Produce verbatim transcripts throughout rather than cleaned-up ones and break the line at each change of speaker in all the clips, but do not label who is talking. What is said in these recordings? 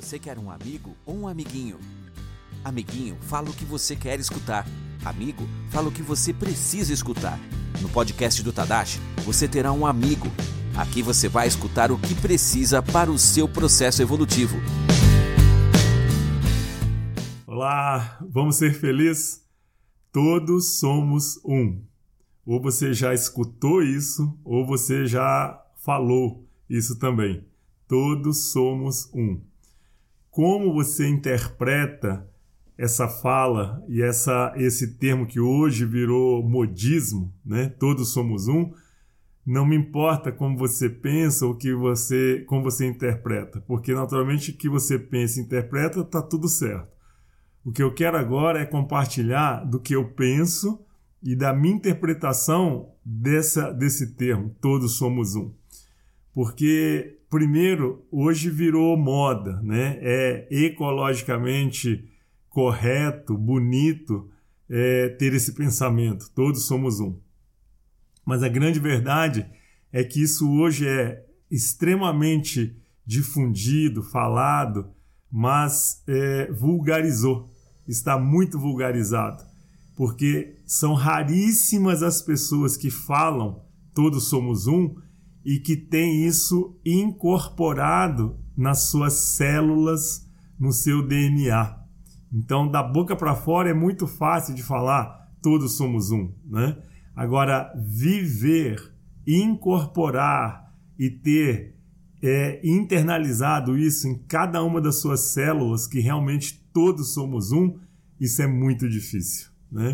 Você quer um amigo ou um amiguinho? Amiguinho, fala o que você quer escutar. Amigo, fala o que você precisa escutar. No podcast do Tadashi, você terá um amigo. Aqui você vai escutar o que precisa para o seu processo evolutivo.
Olá, vamos ser felizes? Todos somos um. Ou você já escutou isso, ou você já falou isso também. Todos somos um. Como você interpreta essa fala e essa, esse termo que hoje virou modismo, né? Todos somos um, não me importa como você pensa ou que você, como você interpreta, porque naturalmente o que você pensa e interpreta está tudo certo. O que eu quero agora é compartilhar do que eu penso e da minha interpretação dessa, desse termo, todos somos um. Porque, primeiro, hoje virou moda, né? É ecologicamente correto, bonito é, ter esse pensamento, todos somos um. Mas a grande verdade é que isso hoje é extremamente difundido, falado, mas é, vulgarizou, está muito vulgarizado, porque são raríssimas as pessoas que falam todos somos um e que têm isso incorporado nas suas células, no seu D N A. Então, da boca para fora é muito fácil de falar todos somos um, né? Agora, viver, incorporar e ter é, internalizado isso em cada uma das suas células, que realmente todos somos um, isso é muito difícil, né?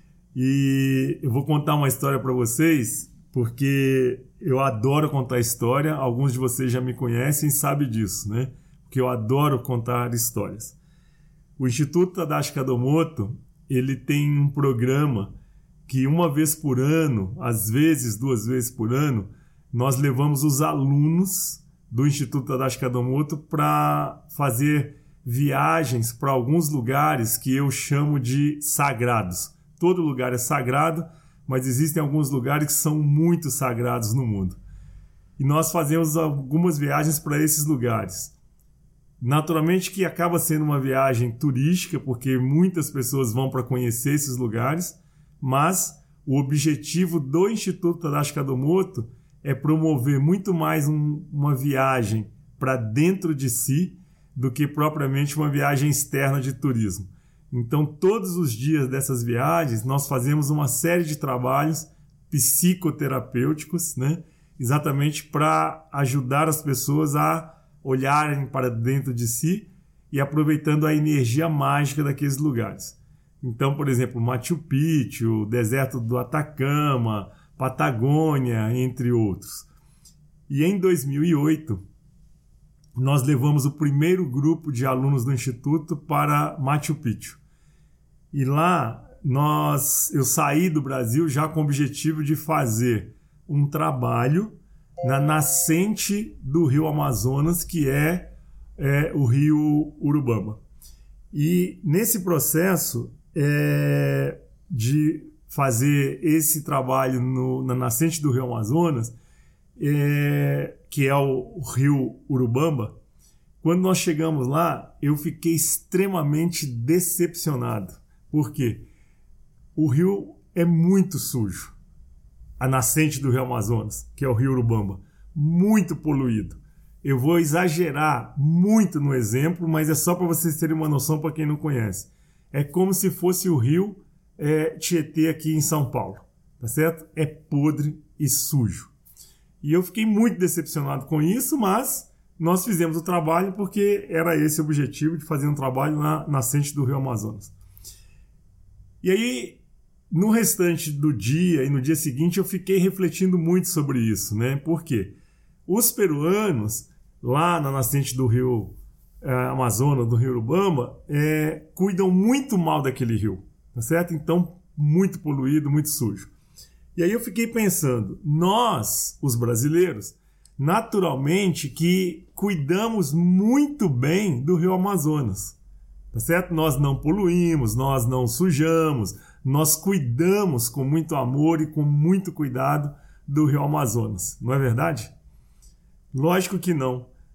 E eu vou contar uma história para vocês, porque eu adoro contar história, alguns de vocês já me conhecem e sabem disso, né? Porque eu adoro contar histórias. O Instituto Tadashi Kadomoto, ele tem um programa que uma vez por ano, às vezes duas vezes por ano, nós levamos os alunos do Instituto Tadashi Kadomoto para fazer viagens para alguns lugares que eu chamo de sagrados. Todo lugar é sagrado, mas existem alguns lugares que são muito sagrados no mundo. E nós fazemos algumas viagens para esses lugares. Naturalmente que acaba sendo uma viagem turística, porque muitas pessoas vão para conhecer esses lugares, mas o objetivo do Instituto Tadashi Kadomoto é promover muito mais um, uma viagem para dentro de si do que propriamente uma viagem externa de turismo. Então, todos os dias dessas viagens, nós fazemos uma série de trabalhos psicoterapêuticos, né? Exatamente para ajudar as pessoas a olharem para dentro de si e aproveitando a energia mágica daqueles lugares. Então, por exemplo, Machu Picchu, deserto do Atacama, Patagônia, entre outros. E em dois mil e oito, nós levamos o primeiro grupo de alunos do Instituto para Machu Picchu. E lá nós, eu saí do Brasil já com o objetivo de fazer um trabalho na nascente do rio Amazonas, que é, é o rio Urubamba. E nesse processo é, de fazer esse trabalho no, na nascente do rio Amazonas, é, que é o, o rio Urubamba, quando nós chegamos lá, eu fiquei extremamente decepcionado. Por quê? O rio é muito sujo. A nascente do rio Amazonas, que é o rio Urubamba, muito poluído. Eu vou exagerar muito no exemplo, mas é só para vocês terem uma noção para quem não conhece. É como se fosse o rio é, Tietê aqui em São Paulo, tá certo? É podre e sujo. E eu fiquei muito decepcionado com isso, mas nós fizemos o trabalho porque era esse o objetivo, de fazer um trabalho na nascente do rio Amazonas. E aí, no restante do dia e no dia seguinte, eu fiquei refletindo muito sobre isso, né? Por quê? Os peruanos, lá na nascente do rio é, Amazonas, do rio Urubamba, é, cuidam muito mal daquele rio, tá certo? Então, muito poluído, muito sujo. E aí eu fiquei pensando, nós, os brasileiros, naturalmente que cuidamos muito bem do rio Amazonas, tá certo? Nós não poluímos, nós não sujamos, nós cuidamos com muito amor e com muito cuidado do rio Amazonas, não é verdade? Lógico que não.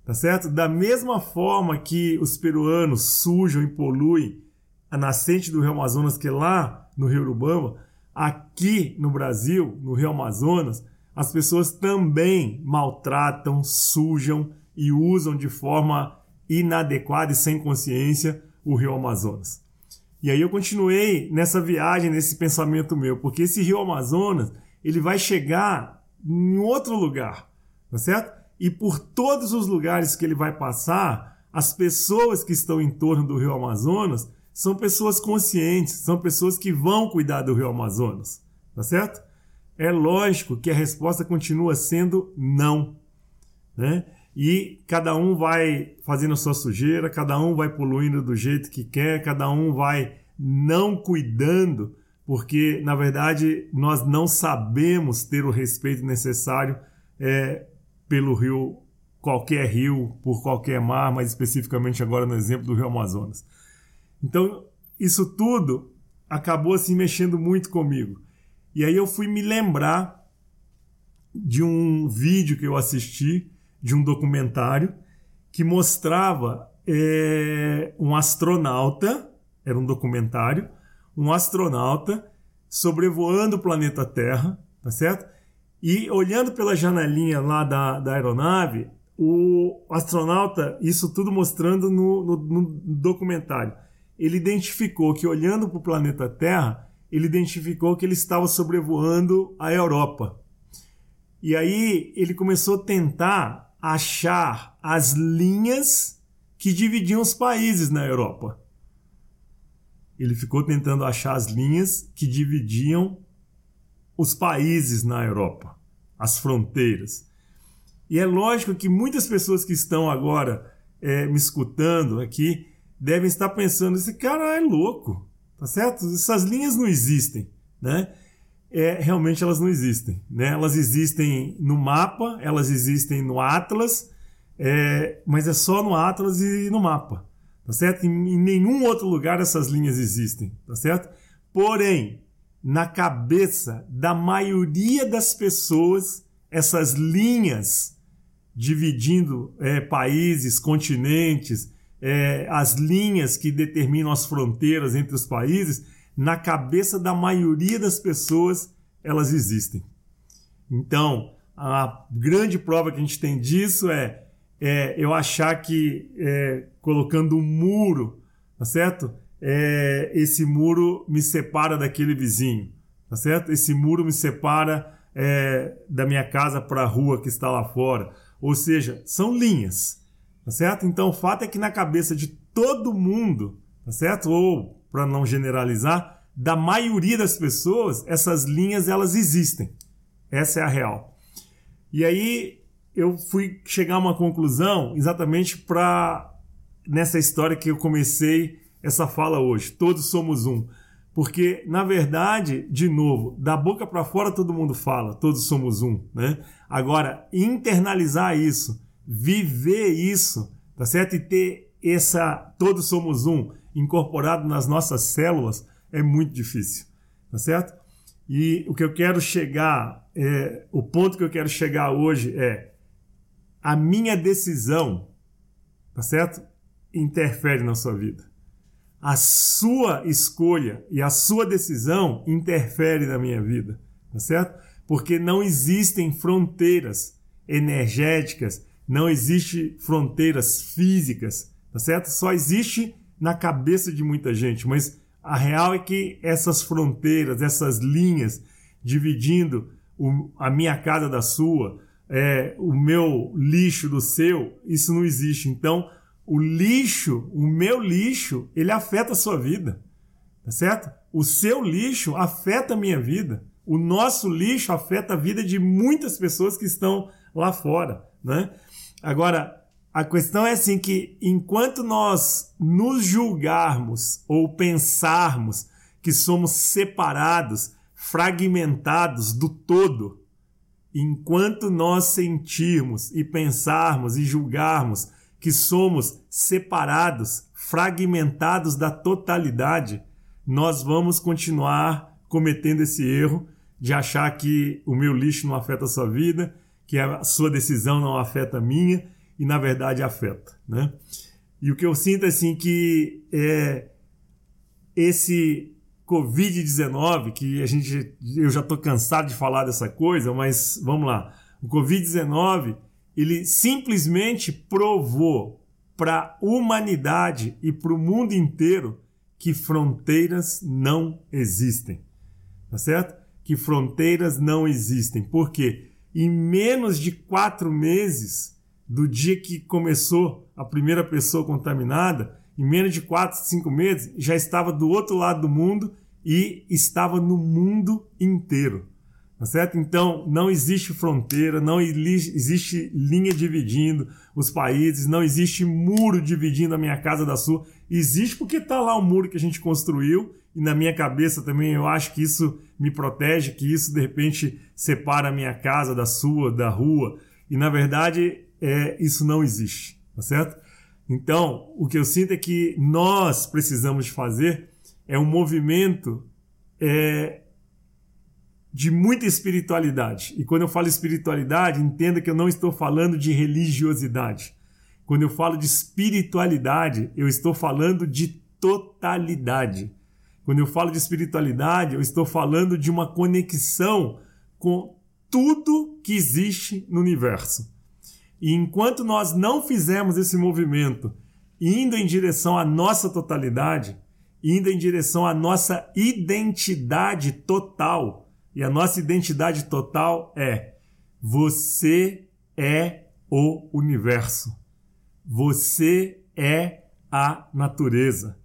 tá certo? Da mesma forma que os peruanos sujam e poluem a nascente do Rio Amazonas, que é lá no Rio Urubamba, aqui no Brasil, no Rio Amazonas, as pessoas também maltratam, sujam e usam de forma inadequada e sem consciência o Rio Amazonas. E aí eu continuei nessa viagem, nesse pensamento meu, porque esse Rio Amazonas, ele vai chegar em outro lugar, tá certo? E por todos os lugares que ele vai passar, as pessoas que estão em torno do Rio Amazonas são pessoas conscientes, são pessoas que vão cuidar do Rio Amazonas, tá certo? É lógico que a resposta continua sendo não, né? E cada um vai fazendo a sua sujeira, cada um vai poluindo do jeito que quer, cada um vai não cuidando, porque, na verdade, nós não sabemos ter o respeito necessário é, pelo rio, qualquer rio, por qualquer mar, mas especificamente agora no exemplo do Rio Amazonas. Então, isso tudo acabou assim mexendo muito comigo. E aí eu fui me lembrar de um vídeo que eu assisti, de um documentário, que mostrava é, um astronauta, era um documentário, um astronauta sobrevoando o planeta Terra, tá certo? E olhando pela janelinha lá da, da aeronave, o astronauta, isso tudo mostrando no, no, no documentário, ele identificou que olhando para o planeta Terra, ele identificou que ele estava sobrevoando a Europa. E aí ele começou a tentar achar as linhas que dividiam os países na Europa. Ele ficou tentando achar as linhas que dividiam os países na Europa, as fronteiras. E é lógico que muitas pessoas que estão agora é, me escutando aqui devem estar pensando, esse cara é louco, tá certo? Essas linhas não existem, né? É, realmente elas não existem, né? Elas existem no mapa, elas existem no Atlas, é, mas é só no Atlas e no mapa, tá certo? Em, em nenhum outro lugar essas linhas existem, tá certo? Porém, na cabeça da maioria das pessoas, essas linhas dividindo é, países, continentes, é, as linhas que determinam as fronteiras entre os países, na cabeça da maioria das pessoas, elas existem. Então, a grande prova que a gente tem disso é, é eu achar que é, colocando um muro, tá certo? É, esse muro me separa daquele vizinho, tá certo? Esse muro me separa é, da minha casa para a rua que está lá fora. Ou seja, são linhas, tá certo? Então, o fato é que na cabeça de todo mundo, tá certo? Ou, para não generalizar, da maioria das pessoas, essas linhas elas existem. Essa é a real. E aí eu fui chegar a uma conclusão exatamente para nessa história que eu comecei essa fala hoje. Todos somos um. Porque, na verdade, de novo, da boca para fora todo mundo fala, todos somos um, né? Agora, internalizar isso, viver isso, tá certo? E ter essa todos somos um incorporado nas nossas células é muito difícil, tá certo? E o que eu quero chegar, é, o ponto que eu quero chegar hoje é a minha decisão, tá certo? Interfere na sua vida. A sua escolha e a sua decisão interfere na minha vida, tá certo? Porque não existem fronteiras energéticas, não existem fronteiras físicas, tá certo? Só existe na cabeça de muita gente, mas a real é que essas fronteiras, essas linhas dividindo o, a minha casa da sua, é, o meu lixo do seu, isso não existe. Então, o lixo, o meu lixo, ele afeta a sua vida, tá certo? O seu lixo afeta a minha vida. O nosso lixo afeta a vida de muitas pessoas que estão lá fora, né? Agora, a questão é assim que enquanto nós nos julgarmos ou pensarmos que somos separados, fragmentados do todo, enquanto nós sentirmos e pensarmos e julgarmos que somos separados, fragmentados da totalidade, nós vamos continuar cometendo esse erro de achar que o meu lixo não afeta a sua vida, que a sua decisão não afeta a minha, e na verdade afeta, né? E o que eu sinto assim que é esse covid dezenove, que a gente, eu já estou cansado de falar dessa coisa, mas vamos lá. O covid dezenove, ele simplesmente provou para a humanidade e para o mundo inteiro que fronteiras não existem, tá certo? Que fronteiras não existem. Por quê? Em menos de quatro meses do dia que começou a primeira pessoa contaminada, em menos de quatro, cinco meses, já estava do outro lado do mundo e estava no mundo inteiro, tá certo? Então, não existe fronteira, não existe linha dividindo os países, não existe muro dividindo a minha casa da sua. Existe porque está lá o muro que a gente construiu e na minha cabeça também eu acho que isso me protege, que isso de repente separa a minha casa da sua, da rua. E na verdade, é, isso não existe, tá certo? Então, o que eu sinto é que nós precisamos de fazer é um movimento é, de muita espiritualidade. E quando eu falo espiritualidade, entenda que eu não estou falando de religiosidade. Quando eu falo de espiritualidade, eu estou falando de totalidade. Quando eu falo de espiritualidade, eu estou falando de uma conexão com tudo que existe no universo. E enquanto nós não fizermos esse movimento, indo em direção à nossa totalidade, indo em direção à nossa identidade total, e a nossa identidade total é: você é o universo, você é a natureza,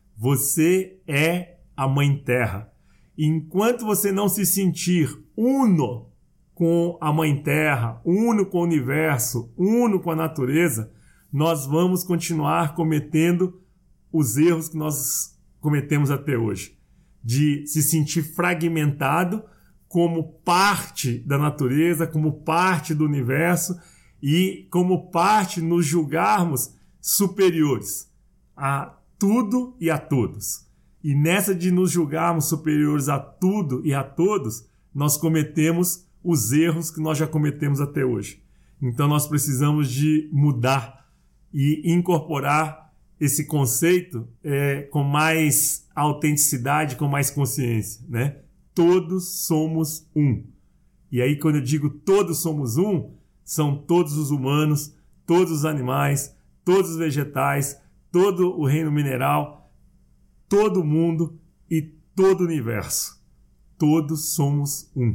você é a Mãe Terra. E enquanto você não se sentir uno com a Mãe Terra, uno com o universo, uno com a natureza, nós vamos continuar cometendo os erros que nós cometemos até hoje, de se sentir fragmentado como parte da natureza, como parte do universo e como parte nos julgarmos superiores a tudo e a todos. E nessa de nos julgarmos superiores a tudo e a todos, nós cometemos os erros que nós já cometemos até hoje. Então nós precisamos de mudar e incorporar esse conceito é, com mais autenticidade, com mais consciência, né? Todos somos um. E aí quando eu digo todos somos um, são todos os humanos, todos os animais, todos os vegetais, todo o reino mineral, todo mundo e todo o universo. Todos somos um.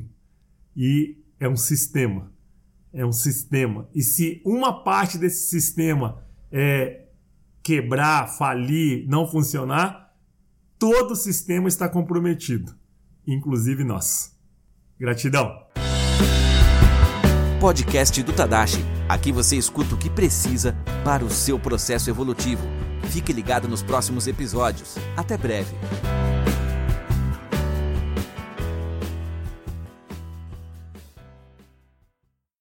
E é um sistema. É um sistema. E se uma parte desse sistema é, quebrar, falir, não funcionar, todo o sistema está comprometido, inclusive nós. Gratidão.
Podcast do Tadashi. Aqui você escuta o que precisa para o seu processo evolutivo. Fique ligado nos próximos episódios. Até breve.